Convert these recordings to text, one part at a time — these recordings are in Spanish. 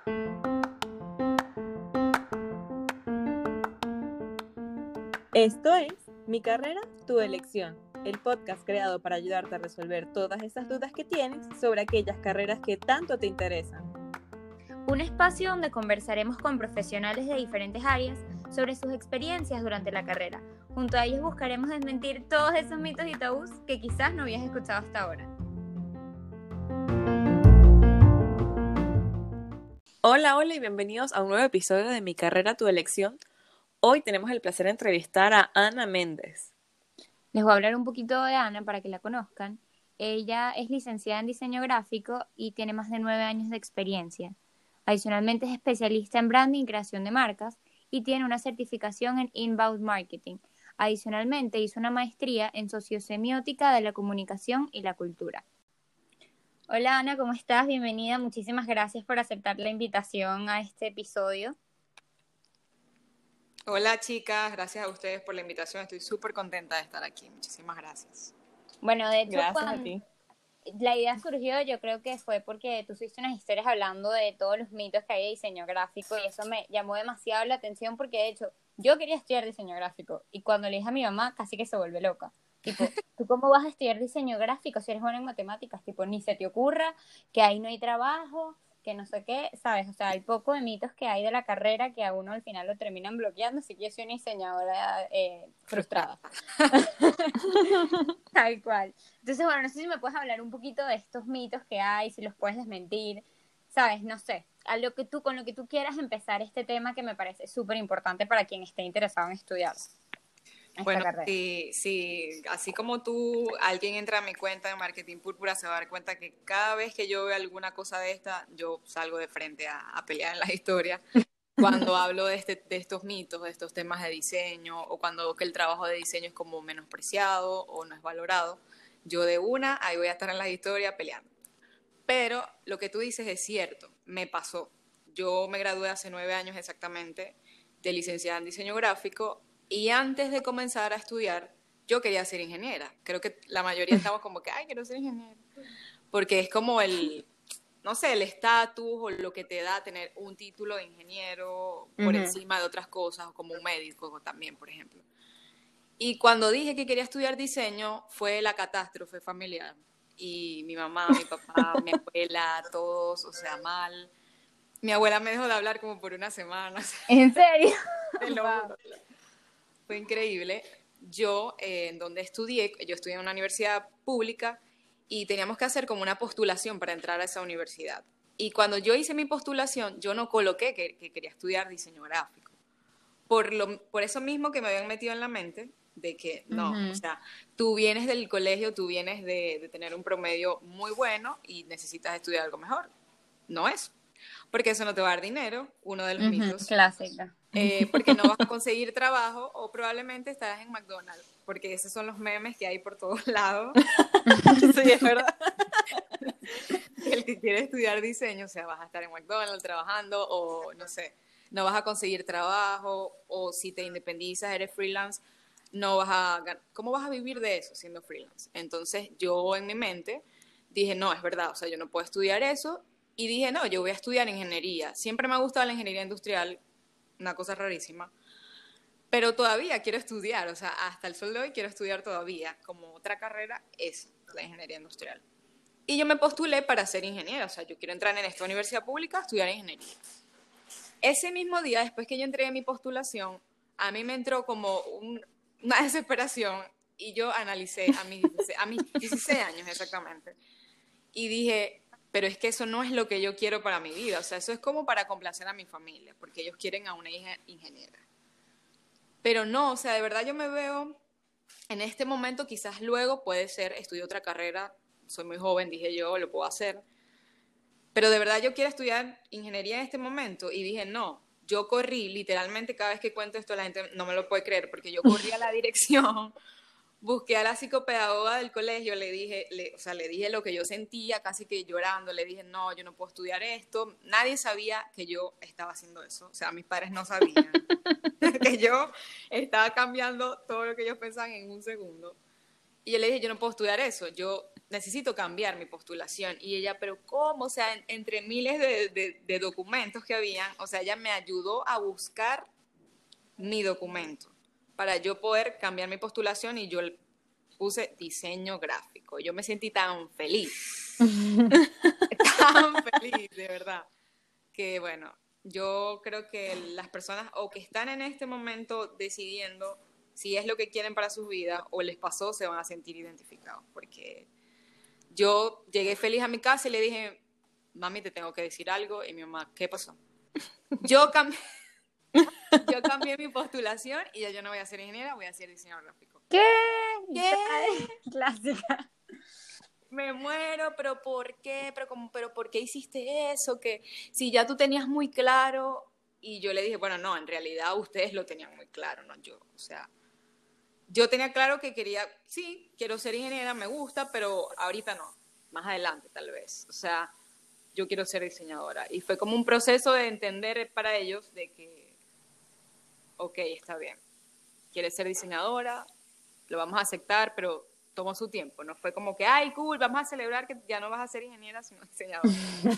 Esto es Mi Carrera, Tu Elección, el podcast creado para ayudarte a resolver todas esas dudas que tienes sobre aquellas carreras que tanto te interesan. Un espacio donde conversaremos con profesionales de diferentes áreas sobre sus experiencias durante la carrera. Junto a ellos buscaremos desmentir todos esos mitos y tabús que quizás no habías escuchado hasta ahora. Hola y bienvenidos a un nuevo episodio de Mi Carrera, Tu Elección. Hoy tenemos el placer de entrevistar a Ana Méndez. Les voy a hablar un poquito de Ana para que la conozcan. Ella es licenciada en diseño gráfico y tiene más de 9 años de experiencia. Adicionalmente es especialista en branding y creación de marcas y tiene una certificación en inbound marketing. Adicionalmente hizo una maestría en sociosemiótica de la comunicación y la cultura. Hola Ana, ¿cómo estás? Bienvenida. Muchísimas gracias por aceptar la invitación a este episodio. Hola chicas, gracias a ustedes por la invitación. Estoy súper contenta de estar aquí. Muchísimas gracias. Bueno, de hecho, Gracias a ti. La idea surgió, yo creo que fue porque tú hiciste unas historias hablando de todos los mitos que hay de diseño gráfico y eso me llamó demasiado la atención porque de hecho yo quería estudiar diseño gráfico y cuando le dije a mi mamá casi que se vuelve loca. Tipo, ¿tú cómo vas a estudiar diseño gráfico si eres buena en matemáticas? Tipo, ni se te ocurra que ahí no hay trabajo, que no sé qué, ¿sabes? O sea, hay poco de mitos que hay de la carrera que a uno al final lo terminan bloqueando, así que yo soy una diseñadora frustrada. Tal cual. Entonces, bueno, no sé si me puedes hablar un poquito de estos mitos que hay, si los puedes desmentir, ¿sabes? No sé, con lo que tú quieras empezar este tema que me parece súper importante para quien esté interesado en estudiar esta carrera. Sí, así como tú, alguien entra a mi cuenta de Marketing Púrpura, se va a dar cuenta que cada vez que yo veo alguna cosa de esta, yo salgo de frente a pelear en las historias. Cuando hablo de estos mitos, de estos temas de diseño, o cuando veo que el trabajo de diseño es como menospreciado o no es valorado, yo ahí voy a estar en las historias peleando. Pero lo que tú dices es cierto, me pasó. Yo me gradué hace 9 años exactamente de licenciada en diseño gráfico y antes de comenzar a estudiar, yo quería ser ingeniera. Creo que la mayoría estamos como que, ay, quiero ser ingeniera. Porque es como no sé, el estatus o lo que te da tener un título de ingeniero por encima de otras cosas, o como un médico también, por ejemplo. Y cuando dije que quería estudiar diseño, fue la catástrofe familiar. Y mi mamá, mi papá, mi abuela, todos, o sea, mal. Mi abuela me dejó de hablar como por una semana. O sea, ¿En serio? te lo juro. Fue increíble. Yo, en donde estudié, yo estudié en una universidad pública y teníamos que hacer como una postulación para entrar a esa universidad. Y cuando yo hice mi postulación, yo no coloqué que quería estudiar diseño gráfico. Por eso mismo que me habían metido en la mente de que no, o sea, tú vienes del colegio, tú vienes de tener un promedio muy bueno y necesitas estudiar algo mejor. No es, porque eso no te va a dar dinero, uno de los mitos. Clásica. Porque no vas a conseguir trabajo o probablemente estarás en McDonald's, porque esos son los memes que hay por todos lados. Sí, es verdad. El que quiere estudiar diseño, o sea, vas a estar en McDonald's trabajando o no sé, no vas a conseguir trabajo o si te independizas, eres freelance, ¿cómo vas a vivir de eso siendo freelance? Entonces yo en mi mente dije, no, es verdad, o sea, yo no puedo estudiar eso y dije, no, yo voy a estudiar ingeniería. Siempre me ha gustado la ingeniería industrial, una cosa rarísima, pero todavía quiero estudiar, o sea, hasta el sol de hoy quiero estudiar todavía, como otra carrera es la ingeniería industrial. Y yo me postulé para ser ingeniera, o sea, yo quiero entrar en esta universidad pública a estudiar ingeniería. Ese mismo día, después que yo entregué mi postulación, a mí me entró como una desesperación y yo analicé a mis 16 años exactamente y dije, pero es que eso no es lo que yo quiero para mi vida, o sea, eso es como para complacer a mi familia, porque ellos quieren a una hija ingeniera. Pero no, o sea, de verdad yo me veo en este momento, quizás luego puede ser, estudio otra carrera, soy muy joven, dije yo, lo puedo hacer, pero de verdad yo quiero estudiar ingeniería en este momento y dije, no, yo corrí, literalmente cada vez que cuento esto la gente no me lo puede creer, porque yo corrí a la dirección, busqué a la psicopedagoga del colegio, le dije lo que yo sentía, casi que llorando, le dije, no, yo no puedo estudiar esto, nadie sabía que yo estaba haciendo eso, o sea, mis padres no sabían que yo estaba cambiando todo lo que ellos pensaban en un segundo. Y yo le dije, yo no puedo estudiar eso, yo necesito cambiar mi postulación. Y ella, pero ¿cómo? O sea, entre miles de documentos que habían, o sea, ella me ayudó a buscar mi documento para yo poder cambiar mi postulación y yo puse diseño gráfico. Yo me sentí tan feliz, tan feliz, de verdad, que bueno, yo creo que las personas o que están en este momento decidiendo si es lo que quieren para sus vidas o les pasó, se van a sentir identificados, porque yo llegué feliz a mi casa y le dije, mami, te tengo que decir algo, y mi mamá, ¿qué pasó? Yo cambié, yo cambié mi postulación y ya yo no voy a ser ingeniera, voy a ser diseñador gráfico. ¿Qué? ¿Qué? Clásica. Me muero, pero ¿por qué? Pero ¿por qué hiciste eso? Que si ya tú tenías muy claro. Y yo le dije, bueno, no, en realidad ustedes lo tenían muy claro, no yo. O sea, yo tenía claro que quería, sí, quiero ser ingeniera, me gusta, pero ahorita no, más adelante tal vez. O sea, yo quiero ser diseñadora. Y fue como un proceso de entender para ellos de que, ok, está bien, quieres ser diseñadora, lo vamos a aceptar, pero tomó su tiempo. No fue como que, ay, cool, vamos a celebrar que ya no vas a ser ingeniera, sino diseñadora.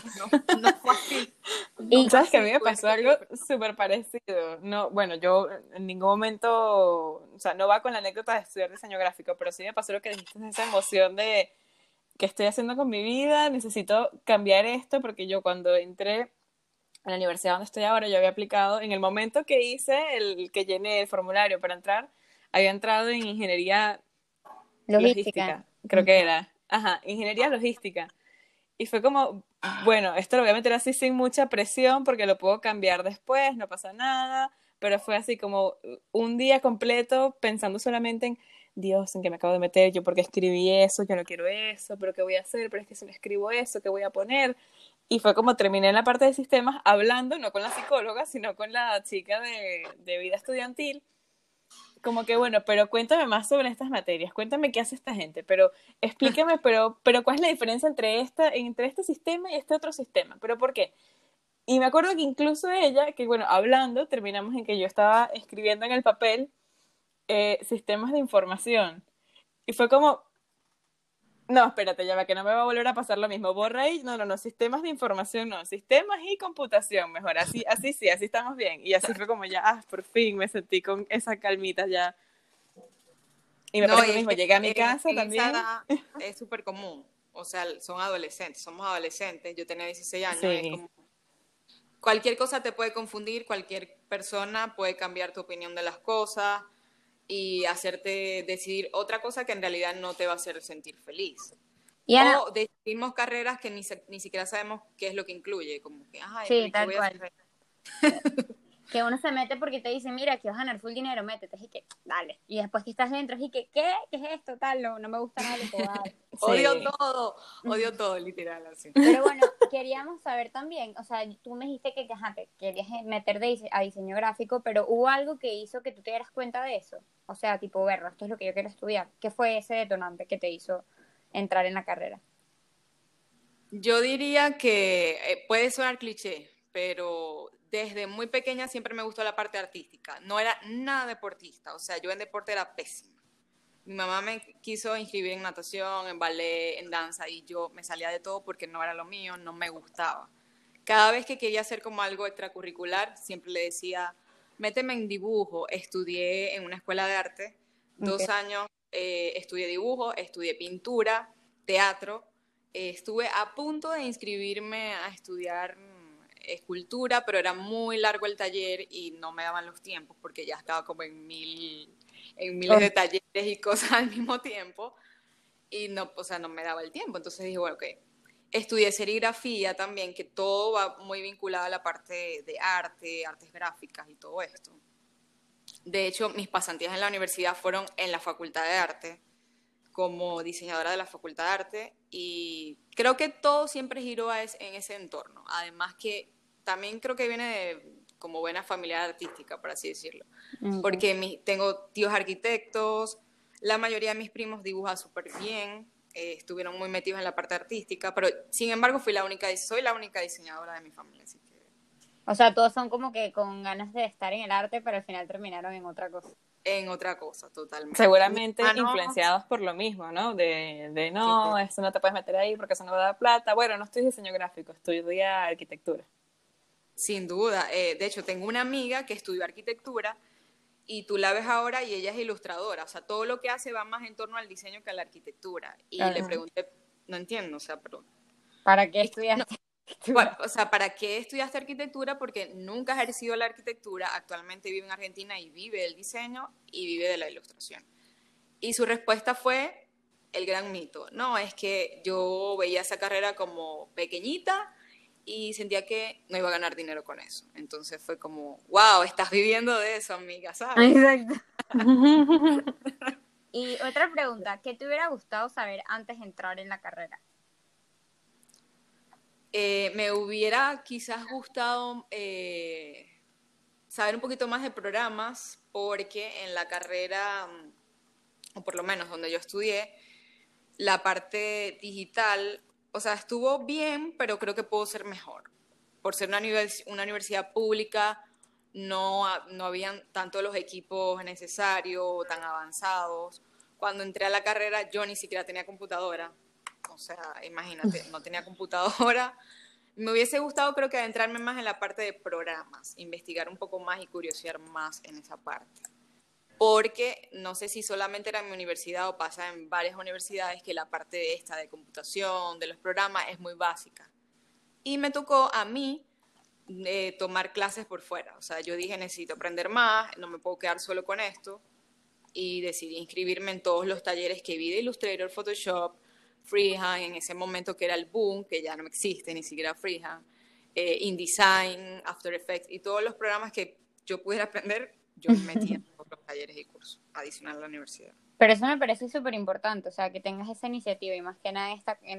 No fue así. Y sabes que a mí me pasó algo súper parecido. No, bueno, yo en ningún momento, o sea, no va con la anécdota de estudiar diseño gráfico, pero sí me pasó lo que dijiste, esa emoción de qué estoy haciendo con mi vida, necesito cambiar esto, porque yo cuando entré a la universidad donde estoy ahora, yo había aplicado, en el momento que hice el que llené el formulario para entrar, había entrado en ingeniería logística, creo que era. Ajá, ingeniería logística. Y fue como, bueno, esto lo voy a meter así sin mucha presión porque lo puedo cambiar después, no pasa nada, pero fue así como un día completo pensando solamente en, Dios, en qué me acabo de meter, yo porque escribí eso, yo no quiero eso, pero qué voy a hacer, pero es que si no escribo eso, ¿qué voy a poner? Y fue como terminé en la parte de sistemas hablando, no con la psicóloga, sino con la chica de vida estudiantil, como que bueno, pero cuéntame más sobre estas materias, cuéntame qué hace esta gente, pero explíqueme, pero ¿cuál es la diferencia entre este sistema y este otro sistema? ¿Pero por qué? Y me acuerdo que incluso ella, que bueno, hablando, terminamos en que yo estaba escribiendo en el papel sistemas de información. Y fue como, no, espérate, ya va, que no me va a volver a pasar lo mismo. Borra ahí, no, sistemas de información no, sistemas y computación, mejor, así sí, así estamos bien. Y así fue como ya, por fin me sentí con esa calmita ya. Y me No, parece y lo es mismo, que llegué a mi casa en también. esa edad es súper común. O sea, son adolescentes, somos adolescentes. Yo tenía 16 años, Sí. es como cualquier cosa te puede confundir, cualquier persona puede cambiar tu opinión de las cosas y hacerte decidir otra cosa que en realidad no te va a hacer sentir feliz. Y Ana, O decidimos carreras que ni siquiera sabemos qué es lo que incluye, como que, ay, sí, pero ¿y qué tal voy a cual. hacer? Que uno se mete porque te dice, mira, aquí vas a ganar full dinero, métete, y que, dale. Y después que estás dentro, y que, ¿qué? ¿Qué es esto? Tal, no me gusta nada lo que va a dar. Sí. Odio todo, literal, así. Pero bueno, queríamos saber también, o sea, tú me dijiste que, ajá, que querías meter a diseño gráfico, pero ¿hubo algo que hizo que tú te dieras cuenta de eso? O sea, tipo, ver, esto es lo que yo quiero estudiar. ¿Qué fue ese detonante que te hizo entrar en la carrera? Yo diría que puede sonar cliché, pero desde muy pequeña siempre me gustó la parte artística. No era nada deportista, o sea, yo en deporte era pésima. Mi mamá me quiso inscribir en natación, en ballet, en danza, y yo me salía de todo porque no era lo mío, no me gustaba. Cada vez que quería hacer como algo extracurricular, siempre le decía, méteme en dibujo. Estudié en una escuela de arte, 2 años estudié dibujo, estudié pintura, teatro. Estuve a punto de inscribirme a estudiar escultura, pero era muy largo el taller y no me daban los tiempos porque ya estaba como en miles de talleres y cosas al mismo tiempo y no, o sea, no me daba el tiempo. Entonces dije, bueno, ok. Estudié serigrafía también, que todo va muy vinculado a la parte de arte, artes gráficas y todo esto. De hecho, mis pasantías en la universidad fueron en la Facultad de Arte, como diseñadora de la Facultad de Arte, y creo que todo siempre giró en ese entorno. Además que también creo que viene de como buena familia artística, por así decirlo. Porque tengo tíos arquitectos, la mayoría de mis primos dibujan súper bien, estuvieron muy metidos en la parte artística, pero sin embargo soy la única diseñadora de mi familia. Así que... O sea, todos son como que con ganas de estar en el arte, pero al final terminaron en otra cosa. en otra cosa, totalmente. Seguramente Ah, no, influenciados por lo mismo, ¿no? De sí, no, eso no te puedes meter ahí porque eso no da plata. Bueno, no estudies diseño gráfico, estudia arquitectura. sin duda. De hecho, tengo una amiga que estudió arquitectura y tú la ves ahora y ella es ilustradora. O sea, todo lo que hace va más en torno al diseño que a la arquitectura. Y le Ajá. pregunté, no entiendo, o sea, pero... ¿Para qué es que no, estudiaste arquitectura? o sea, ¿para qué estudiaste arquitectura? Porque nunca ha ejercido la arquitectura, actualmente vive en Argentina y vive del diseño y vive de la ilustración. Y su respuesta fue el gran mito. No, es que yo veía esa carrera como pequeñita y sentía que no iba a ganar dinero con eso. Entonces fue como, wow, estás viviendo de eso, amiga, ¿sabes? Exacto. Y otra pregunta, ¿qué te hubiera gustado saber antes de entrar en la carrera? Me hubiera quizás gustado saber un poquito más de programas porque en la carrera, o por lo menos donde yo estudié, la parte digital, o sea, estuvo bien, pero creo que pudo ser mejor. Por ser una universidad pública, no habían tanto los equipos necesarios o tan avanzados. Cuando entré a la carrera, yo ni siquiera tenía computadora. O sea, imagínate, no tenía computadora. Me hubiese gustado, creo que, adentrarme más en la parte de programas, investigar un poco más y curiosear más en esa parte. Porque no sé si solamente era en mi universidad o pasa en varias universidades que la parte de esta de computación, de los programas, es muy básica. Y me tocó a mí tomar clases por fuera. O sea, yo dije, necesito aprender más, no me puedo quedar solo con esto. Y decidí inscribirme en todos los talleres que vi de Illustrator, Photoshop, Freehand, en ese momento que era el boom, que ya no existe ni siquiera Freehand, InDesign, After Effects y todos los programas que yo pudiera aprender, yo me metí en todos los talleres y cursos adicional a la universidad. Pero eso me parece súper importante, o sea, que tengas esa iniciativa y más que nada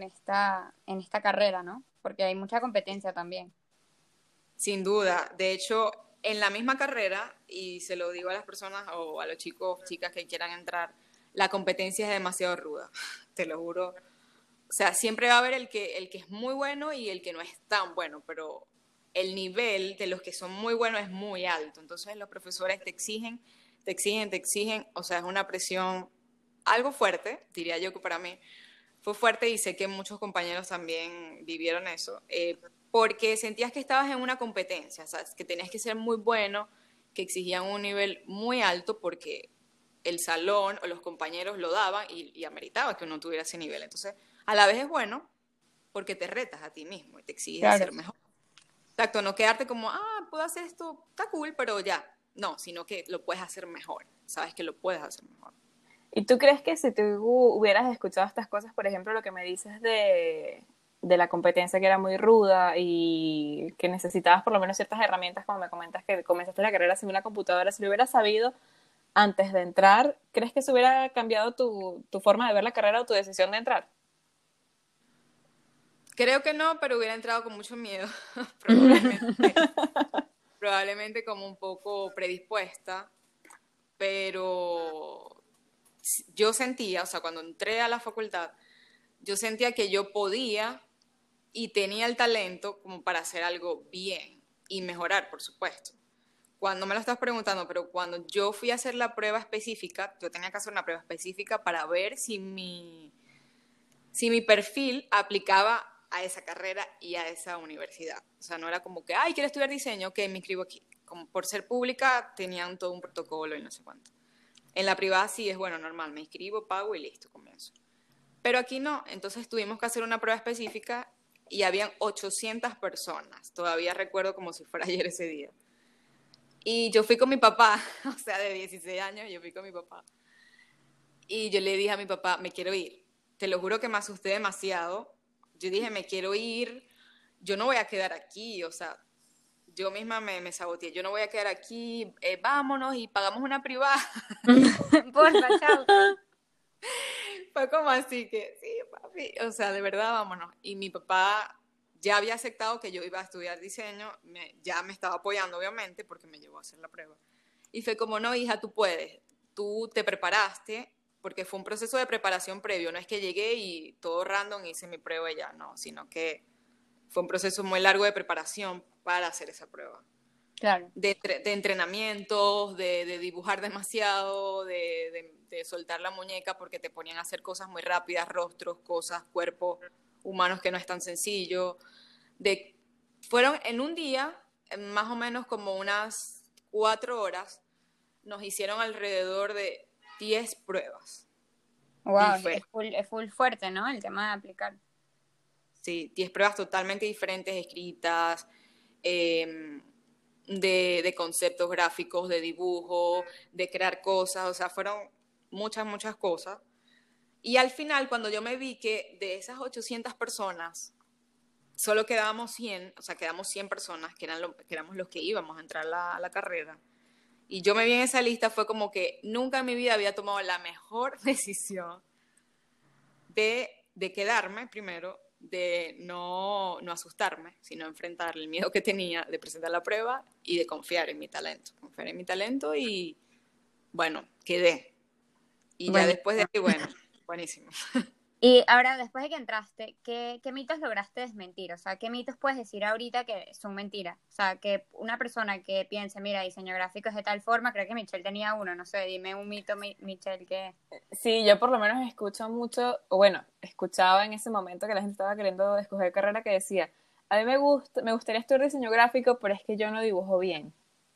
en esta carrera, ¿no? Porque hay mucha competencia también. Sin duda. De hecho, en la misma carrera, y se lo digo a las personas o a los chicos, chicas que quieran entrar, la competencia es demasiado ruda, te lo juro. O sea, siempre va a haber el que es muy bueno y el que no es tan bueno, pero el nivel de los que son muy buenos es muy alto. Entonces los profesores te exigen, te exigen, te exigen. O sea, es una presión algo fuerte, diría yo que para mí fue fuerte y sé que muchos compañeros también vivieron eso, porque sentías que estabas en una competencia, ¿sabes? Que tenías que ser muy bueno, que exigían un nivel muy alto porque el salón o los compañeros lo daban y ameritaba que uno tuviera ese nivel. Entonces, a la vez es bueno porque te retas a ti mismo y te exiges a Claro. ser mejor. Exacto, no quedarte como, puedo hacer esto, está cool, pero ya. No, sino que lo puedes hacer mejor. Sabes que lo puedes hacer mejor. ¿Y tú crees que si tú hubieras escuchado estas cosas, por ejemplo, lo que me dices de la competencia que era muy ruda y que necesitabas por lo menos ciertas herramientas, como me comentas que comenzaste la carrera sin una computadora, si lo hubieras sabido antes de entrar, ¿crees que se hubiera cambiado tu forma de ver la carrera o tu decisión de entrar? Creo que no, pero hubiera entrado con mucho miedo, probablemente como un poco predispuesta, pero yo sentía, o sea, cuando entré a la facultad, yo sentía que yo podía y tenía el talento como para hacer algo bien y mejorar, por supuesto. Cuando me lo estás preguntando, pero cuando yo fui a hacer la prueba específica, yo tenía que hacer una prueba específica para ver si mi perfil aplicaba a esa carrera y a esa universidad. O sea, no era como que, quiero estudiar diseño, ok, me inscribo aquí. Como por ser pública tenían todo un protocolo y no sé cuánto. En la privada sí es, bueno, normal, me inscribo, pago y listo, comienzo. Pero aquí no, entonces tuvimos que hacer una prueba específica y habían 800 personas. Todavía recuerdo como si fuera ayer ese día. Y yo fui con mi papá, o sea, de 16 años, yo fui con mi papá. Y yo le dije a mi papá, me quiero ir. Te lo juro que me asusté demasiado. Yo dije, me quiero ir, yo no voy a quedar aquí, o sea, yo misma me saboteé, yo no voy a quedar aquí, vámonos y pagamos una privada. Porfa, chao. Fue como así que, sí, papi, o sea, de verdad, vámonos. Y mi papá ya había aceptado que yo iba a estudiar diseño, ya me estaba apoyando, obviamente, porque me llevó a hacer la prueba. Y fue como, no, hija, tú puedes, tú te preparaste, porque fue un proceso de preparación previo, no es que llegué y todo random hice mi prueba y ya, no, sino que fue un proceso muy largo de preparación para hacer esa prueba. Claro. de entrenamientos, de dibujar demasiado, de soltar la muñeca porque te ponían a hacer cosas muy rápidas, rostros, cosas, cuerpos humanos que no es tan sencillo. Fueron en un día, más o menos como unas 4 horas, nos hicieron alrededor de 10 pruebas. Wow, es full fuerte, ¿no? El tema de aplicar. Sí, 10 pruebas totalmente diferentes, escritas, de conceptos gráficos, de dibujo, de crear cosas, o sea, fueron muchas, muchas cosas. Y al final, cuando yo me vi que de esas 800 personas, solo quedábamos 100, o sea, quedamos 100 personas, que éramos los que íbamos a entrar a la carrera, y yo me vi en esa lista, fue como que nunca en mi vida había tomado la mejor decisión de quedarme primero, de no asustarme, sino enfrentar el miedo que tenía de presentar la prueba y de confiar en mi talento. Confiar en mi talento y, bueno, quedé. Y ya después de ahí, bueno, buenísimo. Y ahora, después de que entraste, ¿qué mitos lograste desmentir? O sea, ¿qué mitos puedes decir ahorita que son mentiras? O sea, que una persona que piense, mira, diseño gráfico es de tal forma, creo que Michelle tenía uno, no sé, dime un mito, Michelle, que... Sí, yo por lo menos escucho mucho, o bueno, escuchaba en ese momento que la gente estaba queriendo escoger carrera que decía, a mí me gustaría estudiar diseño gráfico, pero es que yo no dibujo bien.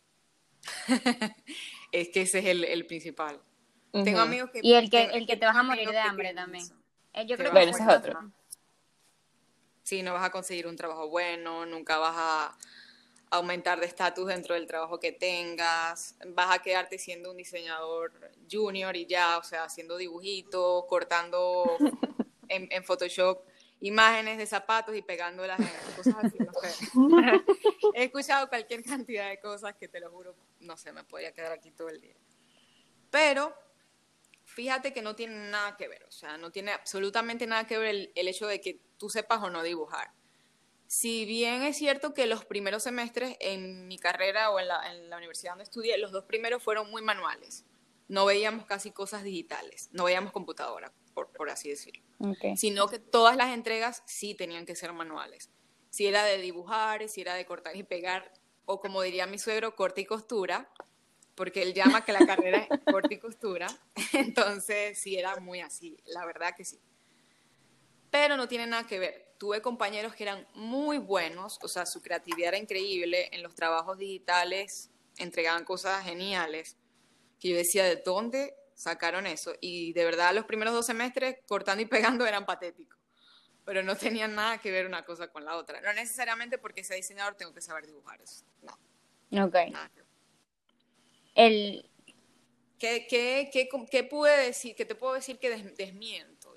Es que ese es el principal. Tengo amigos que... Y el que te vas a morir de hambre también. Yo creo que bueno, ese es otro. Sí, no vas a conseguir un trabajo bueno, nunca vas a aumentar de estatus dentro del trabajo que tengas, vas a quedarte siendo un diseñador junior y ya, o sea, haciendo dibujitos, cortando en Photoshop imágenes de zapatos y pegándolas en cosas así, no sé. He escuchado cualquier cantidad de cosas que te lo juro, no sé, me podría quedar aquí todo el día. Pero fíjate que no tiene nada que ver, o sea, no tiene absolutamente nada que ver el hecho de que tú sepas o no dibujar. Si bien es cierto que los primeros semestres en mi carrera o en la universidad donde estudié, los 2 primeros fueron muy manuales. No veíamos casi cosas digitales, no veíamos computadora, por así decirlo. Okay. Sino que todas las entregas sí tenían que ser manuales. Si era de dibujar, si era de cortar y pegar, o como diría mi suegro, corta y costura, porque él llama que la carrera es corta y costura, entonces sí era muy así, la verdad que sí. Pero no tiene nada que ver. Tuve compañeros que eran muy buenos, o sea, su creatividad era increíble, en los trabajos digitales entregaban cosas geniales, que yo decía, ¿de dónde sacaron eso? Y de verdad los primeros 2 semestres, cortando y pegando, eran patéticos, pero no tenían nada que ver una cosa con la otra. No necesariamente porque sea diseñador tengo que saber dibujar eso, no. Ok. Nada que ver. El... ¿Qué pude decir? ¿Qué te puedo decir que desmiento?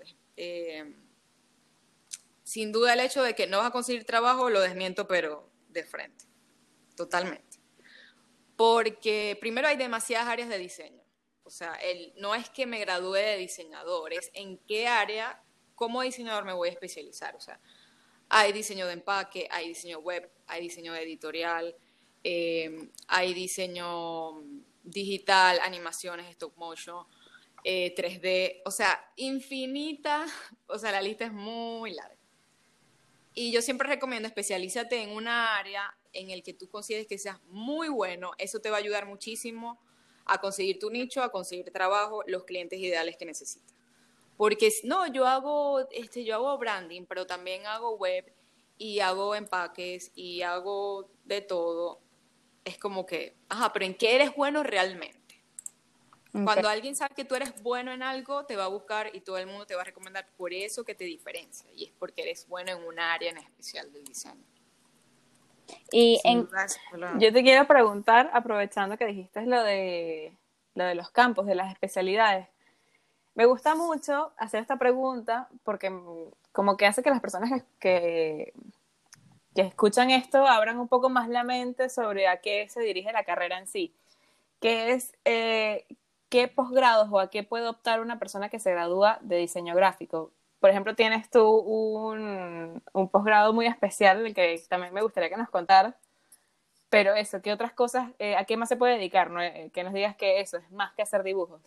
Sin duda el hecho de que no vas a conseguir trabajo lo desmiento, pero de frente, totalmente. Porque primero hay demasiadas áreas de diseño. O sea, no es que me gradúe de diseñador, es en qué área, como diseñador me voy a especializar. O sea, hay diseño de empaque, hay diseño web, hay diseño editorial, hay diseño digital, animaciones, stop motion, 3D, o sea, infinita, o sea, la lista es muy larga. Y yo siempre recomiendo especialízate en una área en el que tú consideres que seas muy bueno. Eso te va a ayudar muchísimo a conseguir tu nicho, a conseguir trabajo, los clientes ideales que necesitas. Porque no, yo hago branding, pero también hago web y hago empaques y hago de todo. Es como que, pero ¿en qué eres bueno realmente? Okay. Cuando alguien sabe que tú eres bueno en algo, te va a buscar y todo el mundo te va a recomendar por eso que te diferencia. Y es porque eres bueno en un área en especial del diseño. Y yo te quiero preguntar, aprovechando que dijiste lo de los campos, de las especialidades. Me gusta mucho hacer esta pregunta porque como que hace que las personas que escuchan esto abran un poco más la mente sobre a qué se dirige la carrera en sí. Que es qué posgrados o a qué puede optar una persona que se gradúa de diseño gráfico. Por ejemplo, tienes tú un posgrado muy especial del que también me gustaría que nos contaras. Pero eso, ¿qué otras cosas, a qué más se puede dedicar? ¿No? Que nos digas que eso es más que hacer dibujos.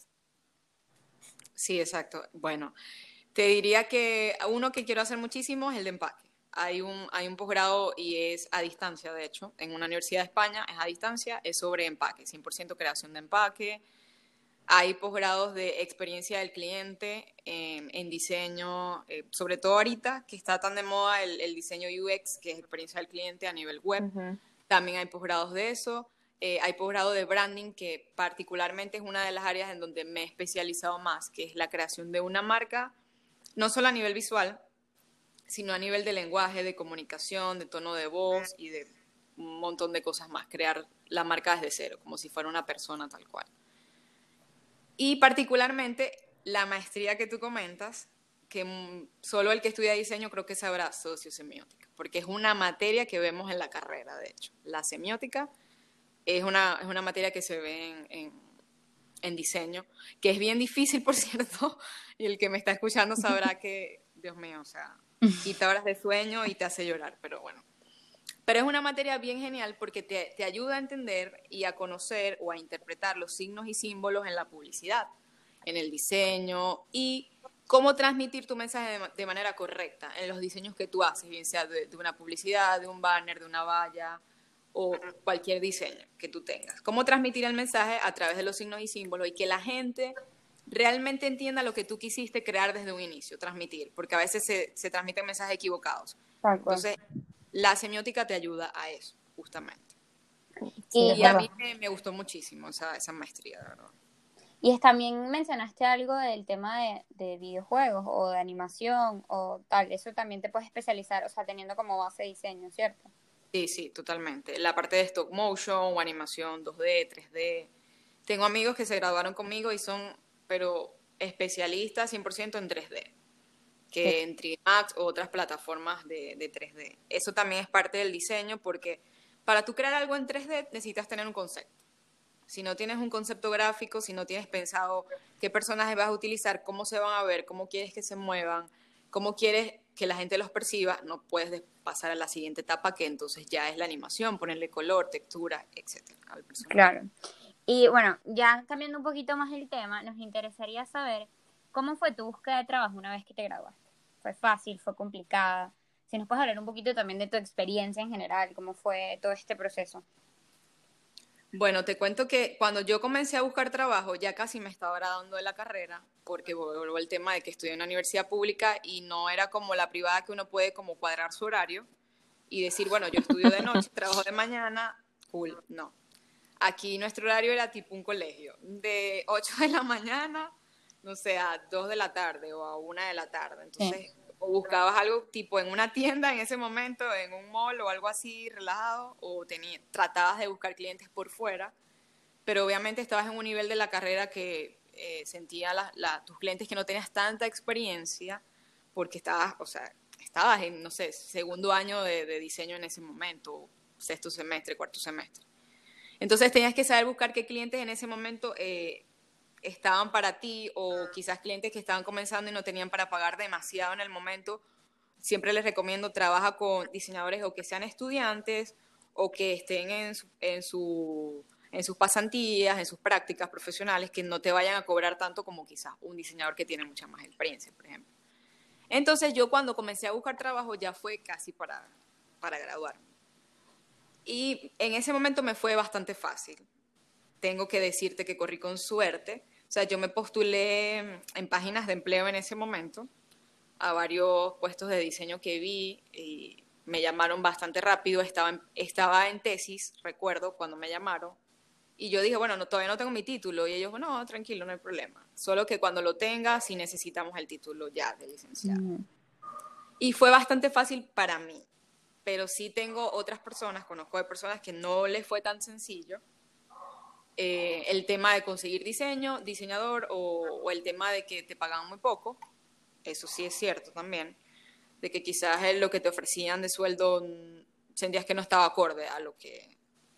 Sí, exacto. Bueno, te diría que uno que quiero hacer muchísimo es el de empaque. hay un posgrado y es a distancia, de hecho, en una universidad de España, es a distancia, es sobre empaque, 100% creación de empaque. Hay posgrados de experiencia del cliente en diseño, sobre todo ahorita que está tan de moda el diseño UX, que es experiencia del cliente a nivel web. También hay posgrados de eso. Hay posgrado de branding, que particularmente es una de las áreas en donde me he especializado más, que es la creación de una marca, no solo a nivel visual, sino a nivel de lenguaje, de comunicación, de tono de voz y de un montón de cosas más. Crear la marca desde cero, como si fuera una persona tal cual. Y particularmente la maestría que tú comentas, que solo el que estudia diseño creo que sabrá, sociosemiótica, porque es una materia que vemos en la carrera, de hecho. La semiótica es una materia que se ve en diseño, que es bien difícil, por cierto, y el que me está escuchando sabrá que, Dios mío, o sea, quita horas de sueño y te hace llorar, pero bueno. Pero es una materia bien genial porque te ayuda a entender y a conocer o a interpretar los signos y símbolos en la publicidad, en el diseño y cómo transmitir tu mensaje de manera correcta en los diseños que tú haces, bien sea de una publicidad, de un banner, de una valla o cualquier diseño que tú tengas. Cómo transmitir el mensaje a través de los signos y símbolos y que la gente realmente entienda lo que tú quisiste crear desde un inicio, transmitir, porque a veces se transmiten mensajes equivocados. Entonces, la semiótica te ayuda a eso, justamente. Sí, y a mí me gustó muchísimo esa maestría, de verdad. Y también mencionaste algo del tema de videojuegos o de animación o tal. Eso también te puedes especializar, o sea, teniendo como base diseño, ¿cierto? Sí, totalmente. La parte de stop motion o animación 2D, 3D. Tengo amigos que se graduaron conmigo y son, pero especialistas 100% en 3D, que en 3D Max o otras plataformas de 3D. Eso también es parte del diseño porque para tú crear algo en 3D necesitas tener un concepto. Si no tienes un concepto gráfico, si no tienes pensado qué personajes vas a utilizar, cómo se van a ver, cómo quieres que se muevan, cómo quieres que la gente los perciba, no puedes pasar a la siguiente etapa, que entonces ya es la animación, ponerle color, textura, etcétera, al personaje. Claro. Y bueno, ya cambiando un poquito más el tema, nos interesaría saber cómo fue tu búsqueda de trabajo una vez que te graduaste. ¿Fue fácil? ¿Fue complicada? Si nos puedes hablar un poquito también de tu experiencia en general, cómo fue todo este proceso. Bueno, te cuento que cuando yo comencé a buscar trabajo ya casi me estaba graduando de la carrera, porque vuelvo al tema de que estudié en una universidad pública y no era como la privada, que uno puede como cuadrar su horario y decir, bueno, yo estudio de noche, trabajo de mañana, cool, no. Aquí nuestro horario era tipo un colegio, de 8 de la mañana, no sé, a 2 de la tarde o a 1 de la tarde. Entonces, o buscabas algo tipo en una tienda en ese momento, en un mall o algo así relajado, o tratabas de buscar clientes por fuera, pero obviamente estabas en un nivel de la carrera que sentía tus clientes que no tenías tanta experiencia, porque estabas en, no sé, segundo año de diseño en ese momento, sexto semestre, cuarto semestre. Entonces tenías que saber buscar qué clientes en ese momento estaban para ti, o quizás clientes que estaban comenzando y no tenían para pagar demasiado en el momento. Siempre les recomiendo, trabaja con diseñadores o que sean estudiantes o que estén en sus pasantías, en sus prácticas profesionales, que no te vayan a cobrar tanto como quizás un diseñador que tiene mucha más experiencia, por ejemplo. Entonces yo cuando comencé a buscar trabajo ya fue casi para graduarme. Y en ese momento me fue bastante fácil. Tengo que decirte que corrí con suerte. O sea, yo me postulé en páginas de empleo en ese momento a varios puestos de diseño que vi y me llamaron bastante rápido. Estaba en tesis, recuerdo, cuando me llamaron. Y yo dije, bueno, todavía no tengo mi título. Y ellos, no, tranquilo, no hay problema. Solo que cuando lo tenga, sí necesitamos el título ya de licenciado. Y fue bastante fácil para mí. Pero sí tengo otras personas, conozco de personas que no les fue tan sencillo el tema de conseguir diseñador o el tema de que te pagaban muy poco. Eso sí es cierto también, de que quizás lo que te ofrecían de sueldo sentías que no estaba acorde a lo que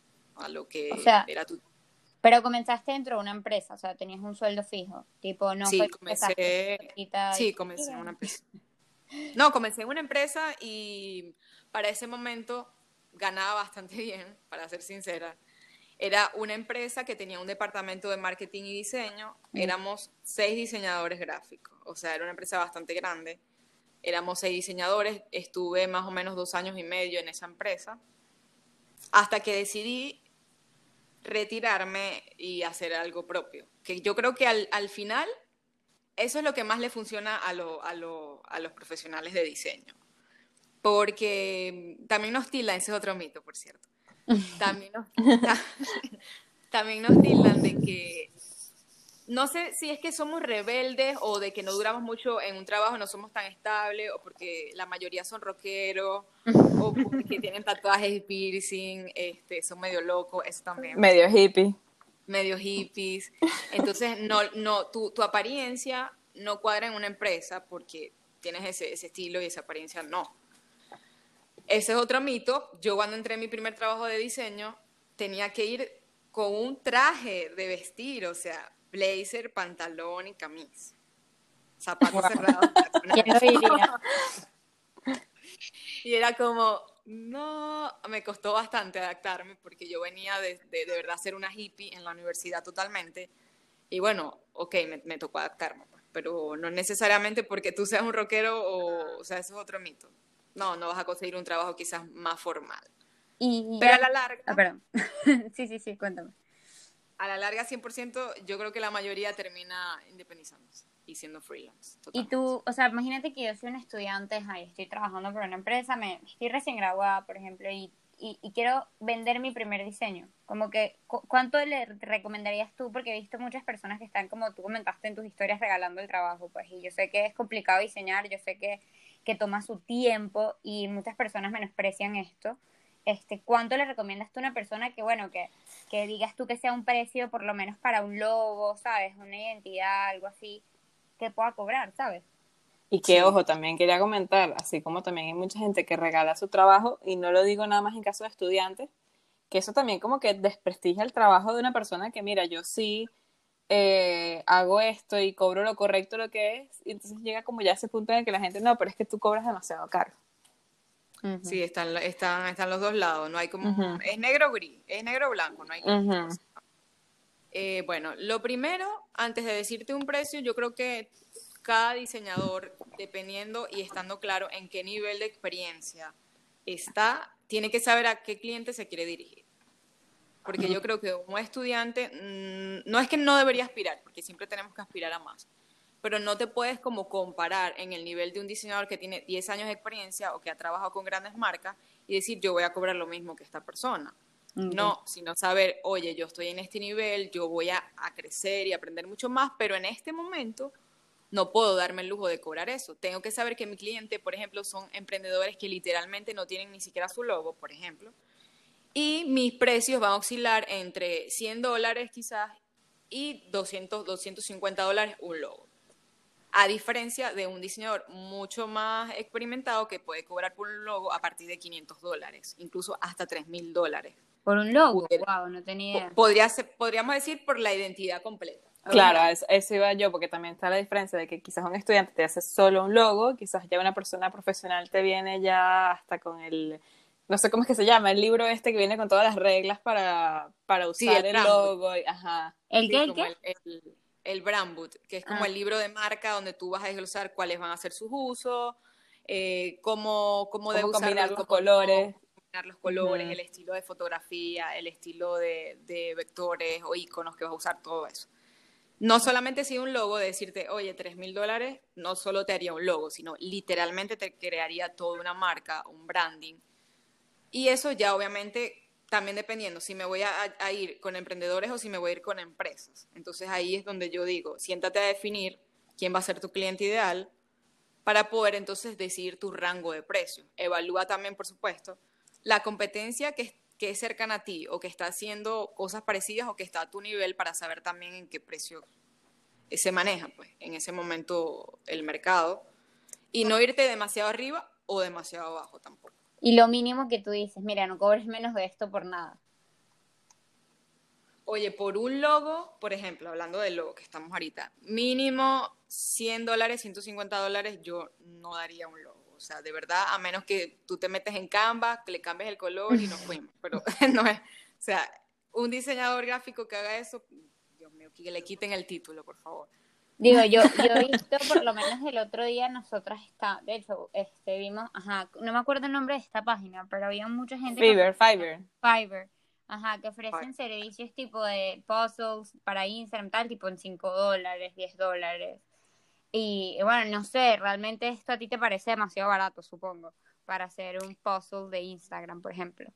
O sea, era tu... pero comenzaste dentro de una empresa, o sea, tenías un sueldo fijo, tipo, no Sí, fue que empezaste comencé en una empresa. No, comencé en una empresa y para ese momento ganaba bastante bien, para ser sincera. Era una empresa que tenía un departamento de marketing y diseño. Éramos 6 diseñadores gráficos. O sea, era una empresa bastante grande. éramos 6 diseñadores, estuve más o menos 2 años y medio en esa empresa, hasta que decidí retirarme y hacer algo propio. Que yo creo que al final eso es lo que más le funciona a los profesionales de diseño. Porque también nos tildan, ese es otro mito, por cierto. También nos, también nos tildan de que, no sé si es que somos rebeldes o de que no duramos mucho en un trabajo, no somos tan estables, o porque la mayoría son rockeros, o porque tienen tatuajes y piercing, son medio locos, eso también. Medio hippie. Medio hippies. Entonces, tu apariencia no cuadra en una empresa porque tienes ese estilo y esa apariencia no. Ese es otro mito. Yo cuando entré en mi primer trabajo de diseño tenía que ir con un traje de vestir, o sea, blazer, pantalón y camisa. Zapatos cerrados. ¿Quién lo diría? Y era como, no, me costó bastante adaptarme porque yo venía de verdad ser una hippie en la universidad totalmente. Y bueno, ok, me tocó adaptarme, pues, pero no necesariamente porque tú seas un rockero o sea, eso es otro mito. No vas a conseguir un trabajo quizás más formal. Pero a la larga... Ah, perdón. Sí, cuéntame. A la larga, 100%, yo creo que la mayoría termina independizándose y siendo freelance. Y tú, o sea, imagínate que yo soy una estudiante, estoy trabajando por una empresa, estoy recién graduada, por ejemplo, y quiero vender mi primer diseño. Como que, ¿cuánto le recomendarías tú? Porque he visto muchas personas que están, como tú comentaste en tus historias, regalando el trabajo, pues, y yo sé que es complicado diseñar, yo sé que toma su tiempo y muchas personas menosprecian esto. ¿Cuánto le recomiendas tú a una persona que, bueno, que digas tú que sea un precio por lo menos para un logo, ¿sabes? Una identidad, algo así, que pueda cobrar, ¿sabes? Y que, ojo, también quería comentar, así como también hay mucha gente que regala su trabajo, y no lo digo nada más en caso de estudiantes, que eso también como que desprestigia el trabajo de una persona que, mira, yo sí hago esto y cobro lo correcto lo que es, y entonces llega como ya ese punto en el que la gente, no, pero es que tú cobras demasiado caro. Uh-huh. Sí, están los dos lados, no hay como... Uh-huh. Es negro o gris, es negro o blanco, no hay gris. Uh-huh. Bueno, lo primero, antes de decirte un precio, yo creo que cada diseñador, dependiendo y estando claro en qué nivel de experiencia está, tiene que saber a qué cliente se quiere dirigir. Porque yo creo que un estudiante, no es que no debería aspirar, porque siempre tenemos que aspirar a más, pero no te puedes como comparar en el nivel de un diseñador que tiene 10 años de experiencia o que ha trabajado con grandes marcas y decir, yo voy a cobrar lo mismo que esta persona. Okay. No, sino saber, oye, yo estoy en este nivel, yo voy a crecer y aprender mucho más, pero en este momento no puedo darme el lujo de cobrar eso. Tengo que saber que mi cliente, por ejemplo, son emprendedores que literalmente no tienen ni siquiera su logo, por ejemplo, y mis precios van a oscilar entre $100 quizás y $250 un logo. A diferencia de un diseñador mucho más experimentado que puede cobrar por un logo a partir de $500, incluso hasta $3,000. ¿Por un logo? Wow, no tenía idea. Podríamos decir por la identidad completa. Claro, eso iba yo, porque también está la diferencia de que quizás un estudiante te hace solo un logo, quizás ya una persona profesional te viene ya hasta con el, no sé cómo es que se llama, el libro que viene con todas las reglas para usar sí, el logo. Ajá. ¿El sí, qué? Como el brand book, que es como el libro de marca donde tú vas a desglosar cuáles van a ser sus usos, cómo debe combinar los colores. Combinar los colores, el estilo de fotografía, el estilo de vectores o iconos que vas a usar, todo eso. No solamente si un logo de decirte, oye, $3,000 no solo te haría un logo, sino literalmente te crearía toda una marca, un branding. Y eso ya obviamente también dependiendo si me voy a ir con emprendedores o si me voy a ir con empresas. Entonces ahí es donde yo digo, siéntate a definir quién va a ser tu cliente ideal para poder entonces decidir tu rango de precio. Evalúa también, por supuesto, la competencia que es cercana a ti o que está haciendo cosas parecidas o que está a tu nivel para saber también en qué precio se maneja pues, en ese momento el mercado y no irte demasiado arriba o demasiado abajo tampoco. Y lo mínimo que tú dices, mira, no cobres menos de esto por nada. Oye, por un logo, por ejemplo, hablando del logo que estamos ahorita, mínimo $100, $150, yo no daría un logo. O sea, de verdad, a menos que tú te metes en Canva, que le cambies el color y nos fuimos. Pero no es, o sea, un diseñador gráfico que haga eso, Dios mío, que le quiten el título, por favor. Digo, yo he visto, por lo menos el otro día, de hecho, vimos, no me acuerdo el nombre de esta página, pero había mucha gente Fiverr, que ofrecen servicios tipo de puzzles para Instagram, tal, tipo en $5, $10. Y bueno, no sé, realmente esto a ti te parece demasiado barato, supongo, para hacer un puzzle de Instagram, por ejemplo.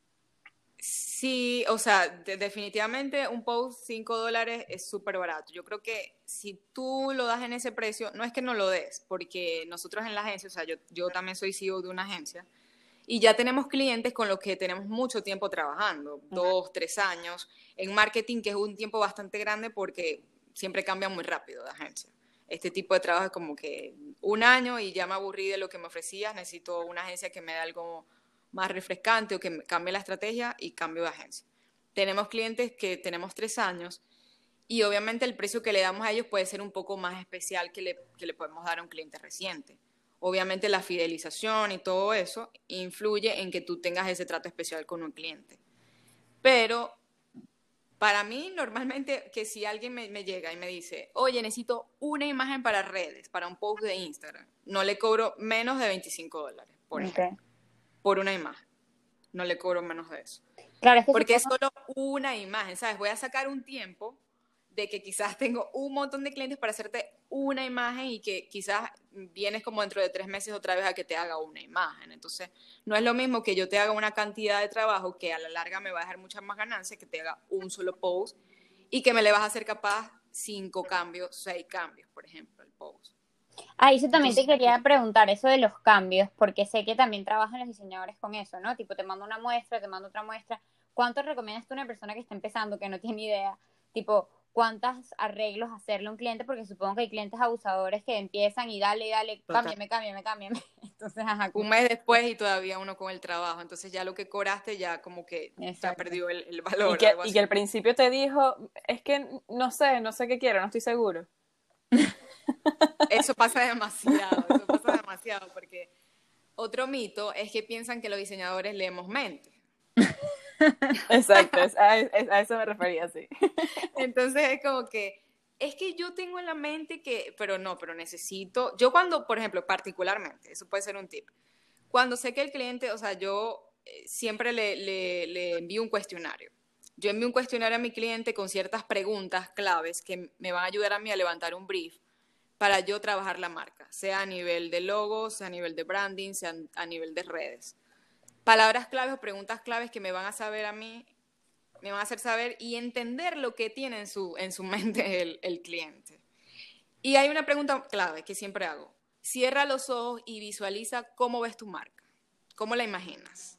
Sí, o sea, definitivamente un post $5 es súper barato. Yo creo que si tú lo das en ese precio, no es que no lo des, porque nosotros en la agencia, o sea, yo también soy CEO de una agencia, y ya tenemos clientes con los que tenemos mucho tiempo trabajando, 2, 3 años, en marketing, que es un tiempo bastante grande porque siempre cambia muy rápido de agencia. Este tipo de trabajo es como que un año y ya me aburrí de lo que me ofrecías, necesito una agencia que me dé algo más refrescante o que cambie la estrategia y cambio de agencia. Tenemos clientes que tenemos 3 años y obviamente el precio que le damos a ellos puede ser un poco más especial que le podemos dar a un cliente reciente. Obviamente la fidelización y todo eso influye en que tú tengas ese trato especial con un cliente. Pero para mí, normalmente, que si alguien me llega y me dice, oye, necesito una imagen para redes, para un post de Instagram, no le cobro menos de $25, por ejemplo, por una imagen. No le cobro menos de eso. Claro, es que porque es solo una imagen, ¿sabes? Voy a sacar un tiempo de que quizás tengo un montón de clientes para hacerte una imagen y que quizás vienes como dentro de 3 meses otra vez a que te haga una imagen. Entonces, no es lo mismo que yo te haga una cantidad de trabajo que a la larga me va a dejar muchas más ganancias que te haga un solo post y que me le vas a hacer capaz 5 cambios, 6 cambios, por ejemplo, el post. Eso también te quería preguntar, eso de los cambios, porque sé que también trabajan los diseñadores con eso, ¿no? Tipo, te mando una muestra, te mando otra muestra. ¿Cuánto recomiendas tú a una persona que está empezando, que no tiene idea? Tipo, ¿cuántos arreglos hacerle a un cliente? Porque supongo que hay clientes abusadores que empiezan y dale, cámbiame. Entonces, un mes después y todavía uno con el trabajo. Entonces ya lo que cobraste ya como que ya perdió el valor. Y que al principio te dijo, es que no sé qué quiero, no estoy seguro. Eso pasa demasiado, porque otro mito es que piensan que los diseñadores leemos mente. Exacto, a eso me refería, sí. Entonces es como que, es que yo tengo en la mente que, pero necesito, yo cuando, por ejemplo, particularmente, eso puede ser un tip, cuando sé que el cliente, o sea, yo siempre le envío un cuestionario. Yo envío un cuestionario a mi cliente con ciertas preguntas claves que me van a ayudar a mí a levantar un brief para yo trabajar la marca, sea a nivel de logos, sea a nivel de branding, sea a nivel de redes. Palabras claves o preguntas claves que me van a saber a mí, me van a hacer saber y entender lo que tiene en su mente el cliente. Y hay una pregunta clave que siempre hago. Cierra los ojos y visualiza cómo ves tu marca, cómo la imaginas.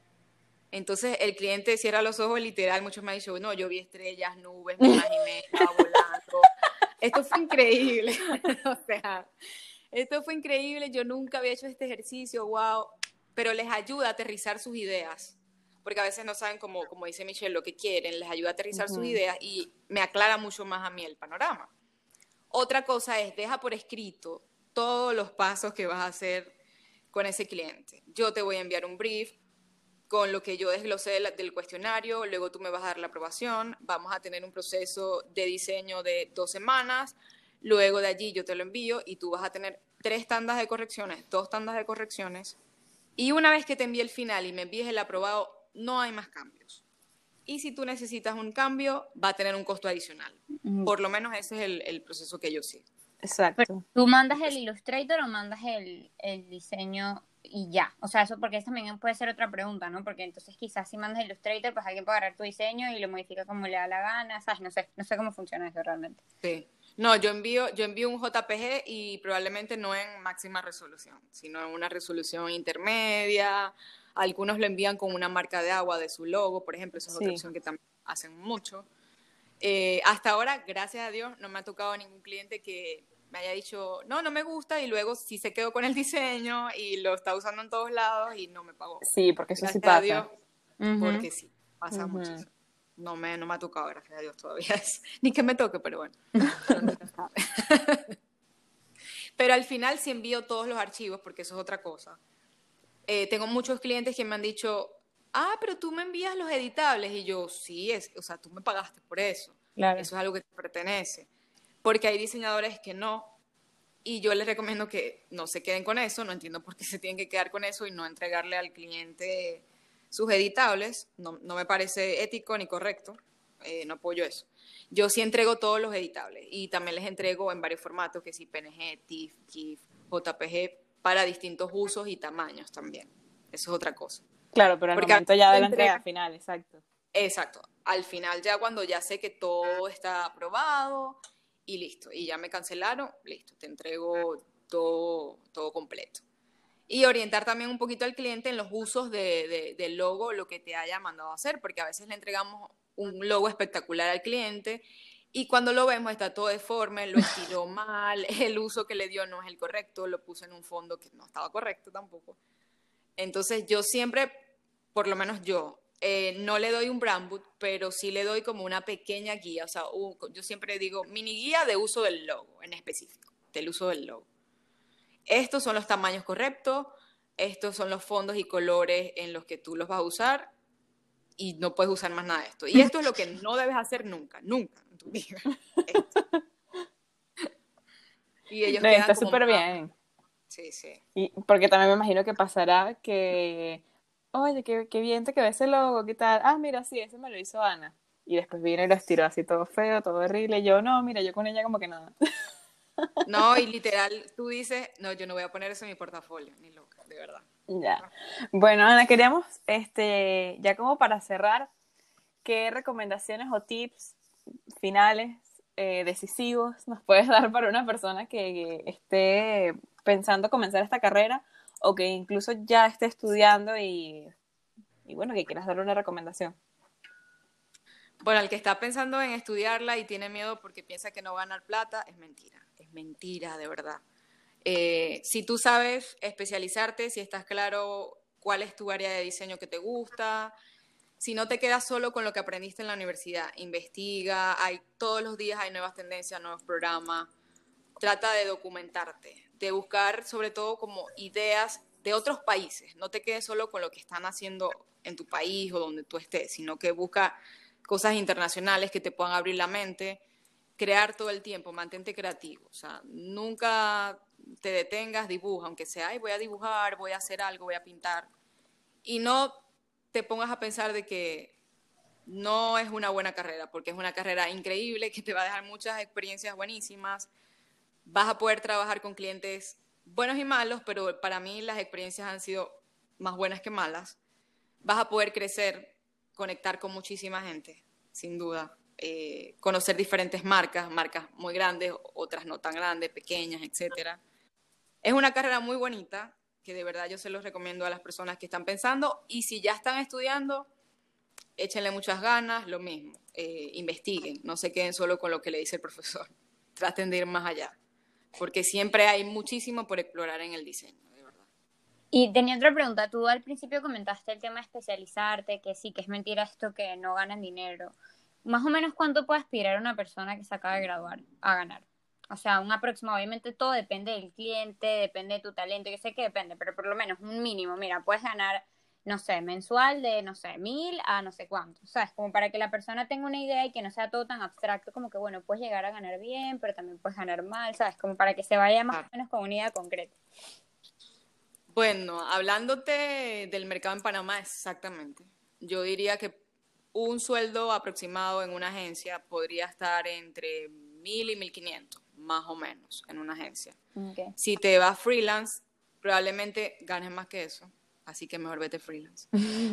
Entonces el cliente cierra los ojos, literal, muchos me han dicho, no, yo vi estrellas, nubes, me imaginé, estaba volando. Esto fue increíble, o sea, esto fue increíble, yo nunca había hecho este ejercicio, wow, pero les ayuda a aterrizar sus ideas, porque a veces no saben, como dice Michelle, lo que quieren, les ayuda a aterrizar sus ideas y me aclara mucho más a mí el panorama. Otra cosa es, deja por escrito todos los pasos que vas a hacer con ese cliente. Yo te voy a enviar un brief con lo que yo desglosé del cuestionario, luego tú me vas a dar la aprobación, vamos a tener un proceso de diseño de 2 semanas, luego de allí yo te lo envío y tú vas a tener 3 tandas de correcciones, 2 tandas de correcciones, y una vez que te envíe el final y me envíes el aprobado, no hay más cambios. Y si tú necesitas un cambio, va a tener un costo adicional. Por lo menos ese es el proceso que yo sigo. Exacto. Pero, ¿tú mandas el Illustrator o mandas el diseño y ya? O sea, eso porque eso también puede ser otra pregunta, ¿no? Porque entonces quizás si mandas el Illustrator, pues alguien puede agarrar tu diseño y lo modifica como le da la gana, ¿sabes? No sé cómo funciona eso realmente. Sí. No, yo envío un JPG y probablemente no en máxima resolución, sino en una resolución intermedia. Algunos lo envían con una marca de agua de su logo, por ejemplo, esa es otra opción que también hacen mucho. Hasta ahora, gracias a Dios, no me ha tocado ningún cliente que me haya dicho, no me gusta, y luego sí se quedó con el diseño y lo está usando en todos lados y no me pagó. Sí, porque eso gracias sí pasa. A Dios, porque sí, pasa muchísimo. No me ha tocado, gracias a Dios, todavía. Ni que me toque, pero bueno. Pero al final sí envío todos los archivos, porque eso es otra cosa. Tengo muchos clientes que me han dicho, pero tú me envías los editables. Y yo, sí, o sea, tú me pagaste por eso. Claro. Eso es algo que te pertenece. porque hay diseñadores que no, y yo les recomiendo que no se queden con eso, no entiendo por qué se tienen que quedar con eso y no entregarle al cliente sus editables, no me parece ético ni correcto, no apoyo eso. Yo sí entrego todos los editables y también les entrego en varios formatos, que sí, PNG, TIFF, GIF, JPG, para distintos usos y tamaños también. Eso es otra cosa. Claro, pero al Porque momento ya de la entrega final, exacto. Exacto. Al final ya cuando ya sé que todo está aprobado y listo, y ya me cancelaron, listo, te entrego todo completo. Y orientar también un poquito al cliente en los usos del logo, lo que te haya mandado a hacer, porque a veces le entregamos un logo espectacular al cliente y cuando lo vemos está todo deforme, lo estiró mal, el uso que le dio no es el correcto, lo puso en un fondo que no estaba correcto tampoco. Entonces yo siempre, por lo menos yo, no le doy un brand book, pero sí le doy como una pequeña guía, o sea, yo siempre digo mini guía de uso del logo en específico, del uso del logo. Estos son los tamaños correctos, estos son los fondos y colores en los que tú los vas a usar y no puedes usar más nada de esto. Y esto es lo que no debes hacer nunca, nunca en tu vida. Esto. Y ellos No, quedan está como súper más... bien. Sí, sí. Y porque también me imagino que pasará que, oye, qué bien te quedó ese logo, ¿qué tal? Ah, mira, sí, ese me lo hizo Ana. Y después vino y lo estiró así todo feo, todo horrible. Y yo, no, mira, yo con ella como que nada. No, y literal, tú dices, no, yo no voy a poner eso en mi portafolio, ni loca, de verdad. Ya. Bueno, Ana, queríamos, ya como para cerrar, ¿qué recomendaciones o tips finales decisivos nos puedes dar para una persona que esté pensando comenzar esta carrera o que incluso ya esté estudiando y bueno, que quieras darle una recomendación? Bueno, el que está pensando en estudiarla y tiene miedo porque piensa que no va a ganar plata, es mentira, de verdad. Si tú sabes especializarte, si estás claro cuál es tu área de diseño que te gusta, si no te quedas solo con lo que aprendiste en la universidad, investiga, todos los días hay nuevas tendencias, nuevos programas, trata de documentarte, de buscar sobre todo como ideas de otros países, no te quedes solo con lo que están haciendo en tu país o donde tú estés, sino que busca cosas internacionales que te puedan abrir la mente, crear todo el tiempo, mantente creativo, o sea, nunca te detengas, dibuja, aunque sea, ay, voy a dibujar, voy a hacer algo, voy a pintar, y no te pongas a pensar de que no es una buena carrera, porque es una carrera increíble que te va a dejar muchas experiencias buenísimas, vas a poder trabajar con clientes buenos y malos, pero para mí las experiencias han sido más buenas que malas, vas a poder crecer, conectar con muchísima gente, sin duda, conocer diferentes marcas, marcas muy grandes, otras no tan grandes, pequeñas, etcétera. Es una carrera muy bonita que de verdad yo se los recomiendo a las personas que están pensando y si ya están estudiando, échenle muchas ganas, lo mismo, investiguen, no se queden solo con lo que le dice el profesor, traten de ir más allá, porque siempre hay muchísimo por explorar en el diseño. Y tenía otra pregunta, tú al principio comentaste el tema de especializarte, que sí, que es mentira esto que no ganan dinero. Más o menos, ¿cuánto puede aspirar una persona que se acaba de graduar a ganar? O sea, un aproximado, obviamente todo depende del cliente, depende de tu talento, yo sé que depende, pero por lo menos un mínimo, mira, puedes ganar, no sé, mensual de, no sé, 1.000 a no sé cuánto, ¿sabes? Como para que la persona tenga una idea y que no sea todo tan abstracto, como que, bueno, puedes llegar a ganar bien, pero también puedes ganar mal, ¿sabes? Como para que se vaya más o menos con una idea concreta. Bueno, hablándote del mercado en Panamá, exactamente. Yo diría que un sueldo aproximado en una agencia podría estar entre 1.000 y 1.500, más o menos, en una agencia. Okay. Si te vas freelance, probablemente ganes más que eso, así que mejor vete freelance.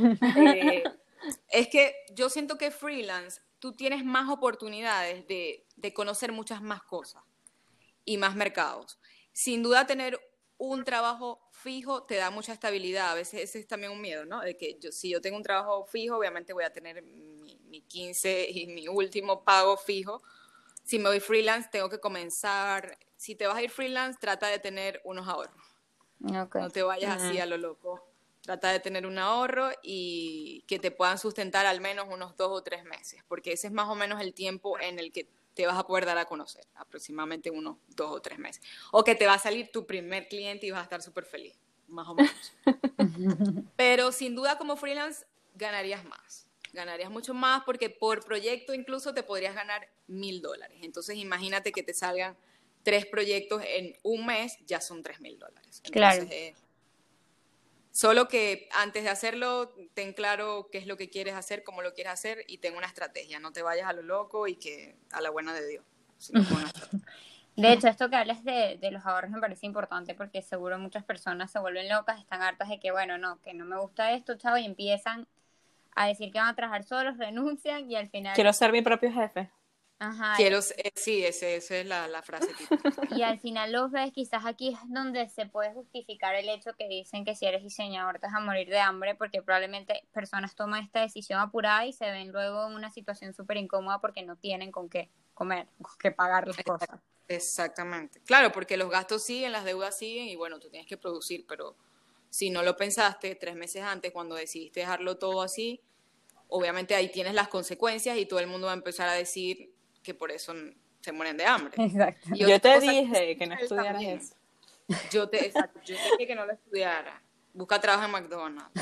Es que yo siento que freelance, tú tienes más oportunidades de conocer muchas más cosas y más mercados. Sin duda tener un trabajo fijo te da mucha estabilidad. A veces ese es también un miedo, ¿no? De que si yo tengo un trabajo fijo, obviamente voy a tener mi 15 y mi último pago fijo. Si me voy freelance, tengo que comenzar. Si te vas a ir freelance, trata de tener unos ahorros. Okay. No te vayas así a lo loco. Trata de tener un ahorro y que te puedan sustentar al menos unos 2 o 3 meses, porque ese es más o menos el tiempo en el que te vas a poder dar a conocer, aproximadamente unos 2 o 3 meses. O que te va a salir tu primer cliente y vas a estar súper feliz, más o menos. Pero sin duda como freelance ganarías más. Ganarías mucho más porque por proyecto incluso te podrías ganar $1,000. Entonces imagínate que te salgan 3 proyectos en un mes, ya son $3,000. Entonces, Claro. Solo que antes de hacerlo, ten claro qué es lo que quieres hacer, cómo lo quieres hacer y ten una estrategia. No te vayas a lo loco y que a la buena de Dios, sino con una estrategia. De hecho, esto que hablas de los ahorros me parece importante porque seguro muchas personas se vuelven locas, están hartas de que, bueno, no, que no me gusta esto, chavo, y empiezan a decir que van a trabajar solos, renuncian y al final... Quiero ser mi propio jefe. Ajá. Sí, esa es la frase típica. Y al final los ves, quizás aquí es donde se puede justificar el hecho que dicen que si eres diseñador te vas a morir de hambre, porque probablemente personas toman esta decisión apurada y se ven luego en una situación súper incómoda porque no tienen con qué comer, con qué pagar las cosas. Exactamente. Claro, porque los gastos siguen, las deudas siguen y bueno, tú tienes que producir, pero si no lo pensaste 3 meses antes cuando decidiste dejarlo todo así, obviamente ahí tienes las consecuencias y todo el mundo va a empezar a decir que por eso se mueren de hambre. Exacto. Y Yo otra te cosa dije que no estudiaras también. eso. Yo te dije que no lo estudiara. Busca trabajo en McDonald's.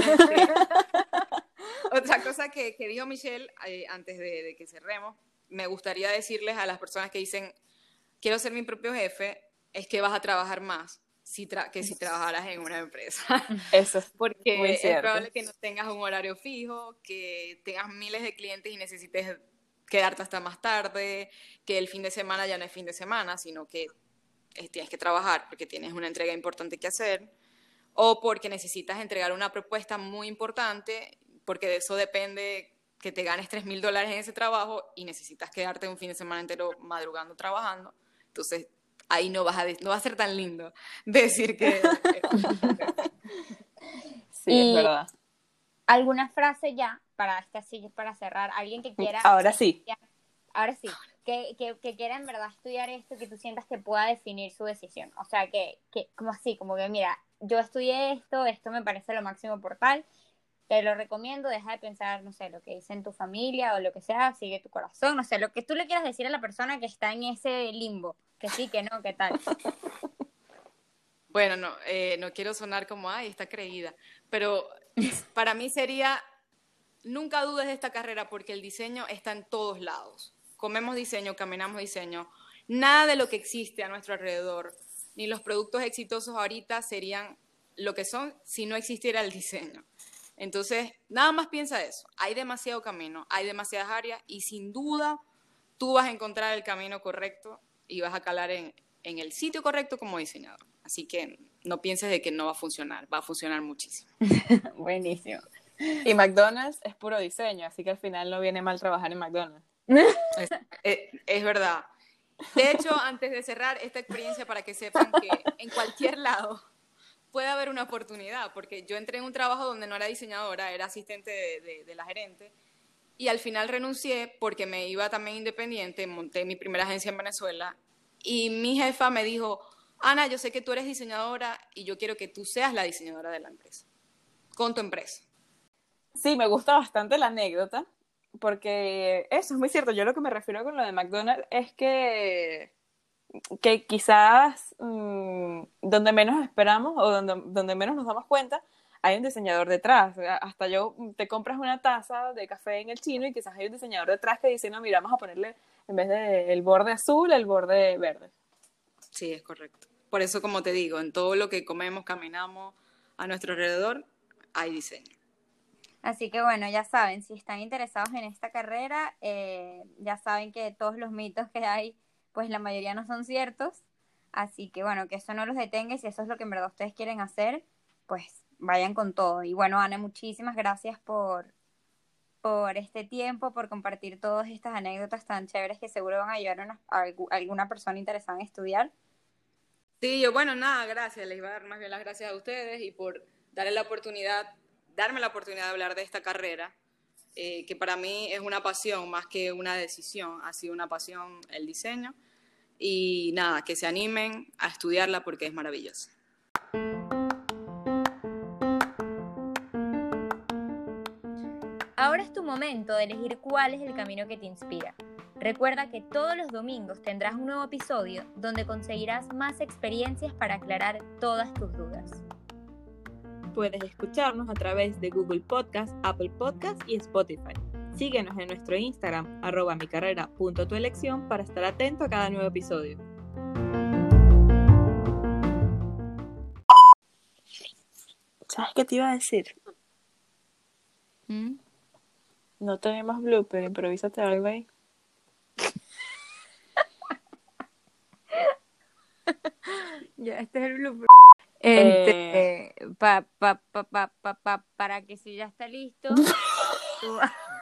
Otra cosa que dijo Michelle antes de que cerremos, me gustaría decirles a las personas que dicen quiero ser mi propio jefe, es que vas a trabajar más que si trabajaras en una empresa. Eso es Porque muy es cierto. probable que no tengas un horario fijo, que tengas miles de clientes y necesites quedarte hasta más tarde, que el fin de semana ya no es fin de semana, sino que tienes que trabajar porque tienes una entrega importante que hacer, o porque necesitas entregar una propuesta muy importante, porque de eso depende que te ganes $3,000 en ese trabajo y necesitas quedarte un fin de semana entero madrugando trabajando. Entonces, ahí no va a ser tan lindo decir que... Sí, es verdad. ¿Alguna frase ya para esta silla, para cerrar? Alguien que quiera... Ahora sí. Ahora sí. Que quiera en verdad estudiar esto, que tú sientas que pueda definir su decisión. O sea, que como así, como que mira, yo estudié esto me parece lo máximo por tal, te lo recomiendo, deja de pensar, no sé, lo que dice en tu familia o lo que sea, sigue tu corazón, no sé, lo que tú le quieras decir a la persona que está en ese limbo, que sí, que no, que tal. Bueno, no quiero sonar como, ay, está creída, pero para mí sería, nunca dudes de esta carrera porque el diseño está en todos lados. Comemos diseño, caminamos diseño. Nada de lo que existe a nuestro alrededor, ni los productos exitosos ahorita serían lo que son si no existiera el diseño. Entonces, nada más piensa eso. Hay demasiado camino, hay demasiadas áreas y sin duda tú vas a encontrar el camino correcto y vas a calar en el sitio correcto como diseñador. Así que no pienses de que no va a funcionar muchísimo. Buenísimo. Y McDonald's es puro diseño, así que al final no viene mal trabajar en McDonald's. Es verdad. De hecho, antes de cerrar esta experiencia, para que sepan que en cualquier lado puede haber una oportunidad, porque yo entré en un trabajo donde no era diseñadora, era asistente de la gerente, y al final renuncié porque me iba también independiente, monté mi primera agencia en Venezuela, y mi jefa me dijo, Ana, yo sé que tú eres diseñadora y yo quiero que tú seas la diseñadora de la empresa, con tu empresa. Sí, me gusta bastante la anécdota, porque eso es muy cierto. Yo lo que me refiero con lo de McDonald's es que quizás donde menos esperamos o donde menos nos damos cuenta, hay un diseñador detrás. Hasta te compras una taza de café en el chino y quizás hay un diseñador detrás que dice, no, mira, vamos a ponerle en vez del borde azul, el borde verde. Sí, es correcto. Por eso, como te digo, en todo lo que comemos, caminamos a nuestro alrededor, hay diseño. Así que bueno, ya saben, si están interesados en esta carrera, ya saben que todos los mitos que hay, pues la mayoría no son ciertos. Así que bueno, que eso no los detenga y si eso es lo que en verdad ustedes quieren hacer, pues vayan con todo. Y bueno, Ana, muchísimas gracias por este tiempo, por compartir todas estas anécdotas tan chéveres que seguro van a ayudar a alguna persona interesada en estudiar. Sí, bueno, nada, gracias. Les iba a dar más bien las gracias a ustedes y por darme la oportunidad de hablar de esta carrera, que para mí es una pasión más que una decisión. Ha sido una pasión el diseño y nada, que se animen a estudiarla porque es maravillosa. Ahora es tu momento de elegir cuál es el camino que te inspira. Recuerda que todos los domingos tendrás un nuevo episodio donde conseguirás más experiencias para aclarar todas tus dudas. Puedes escucharnos a través de Google Podcast, Apple Podcast y Spotify. Síguenos en nuestro Instagram, @micarrera.tuelección, para estar atento a cada nuevo episodio. ¿Sabes qué te iba a decir? No tenemos blooper, improvísate algo ahí. Ya, este es el blooper. Para que si ya está listo, tú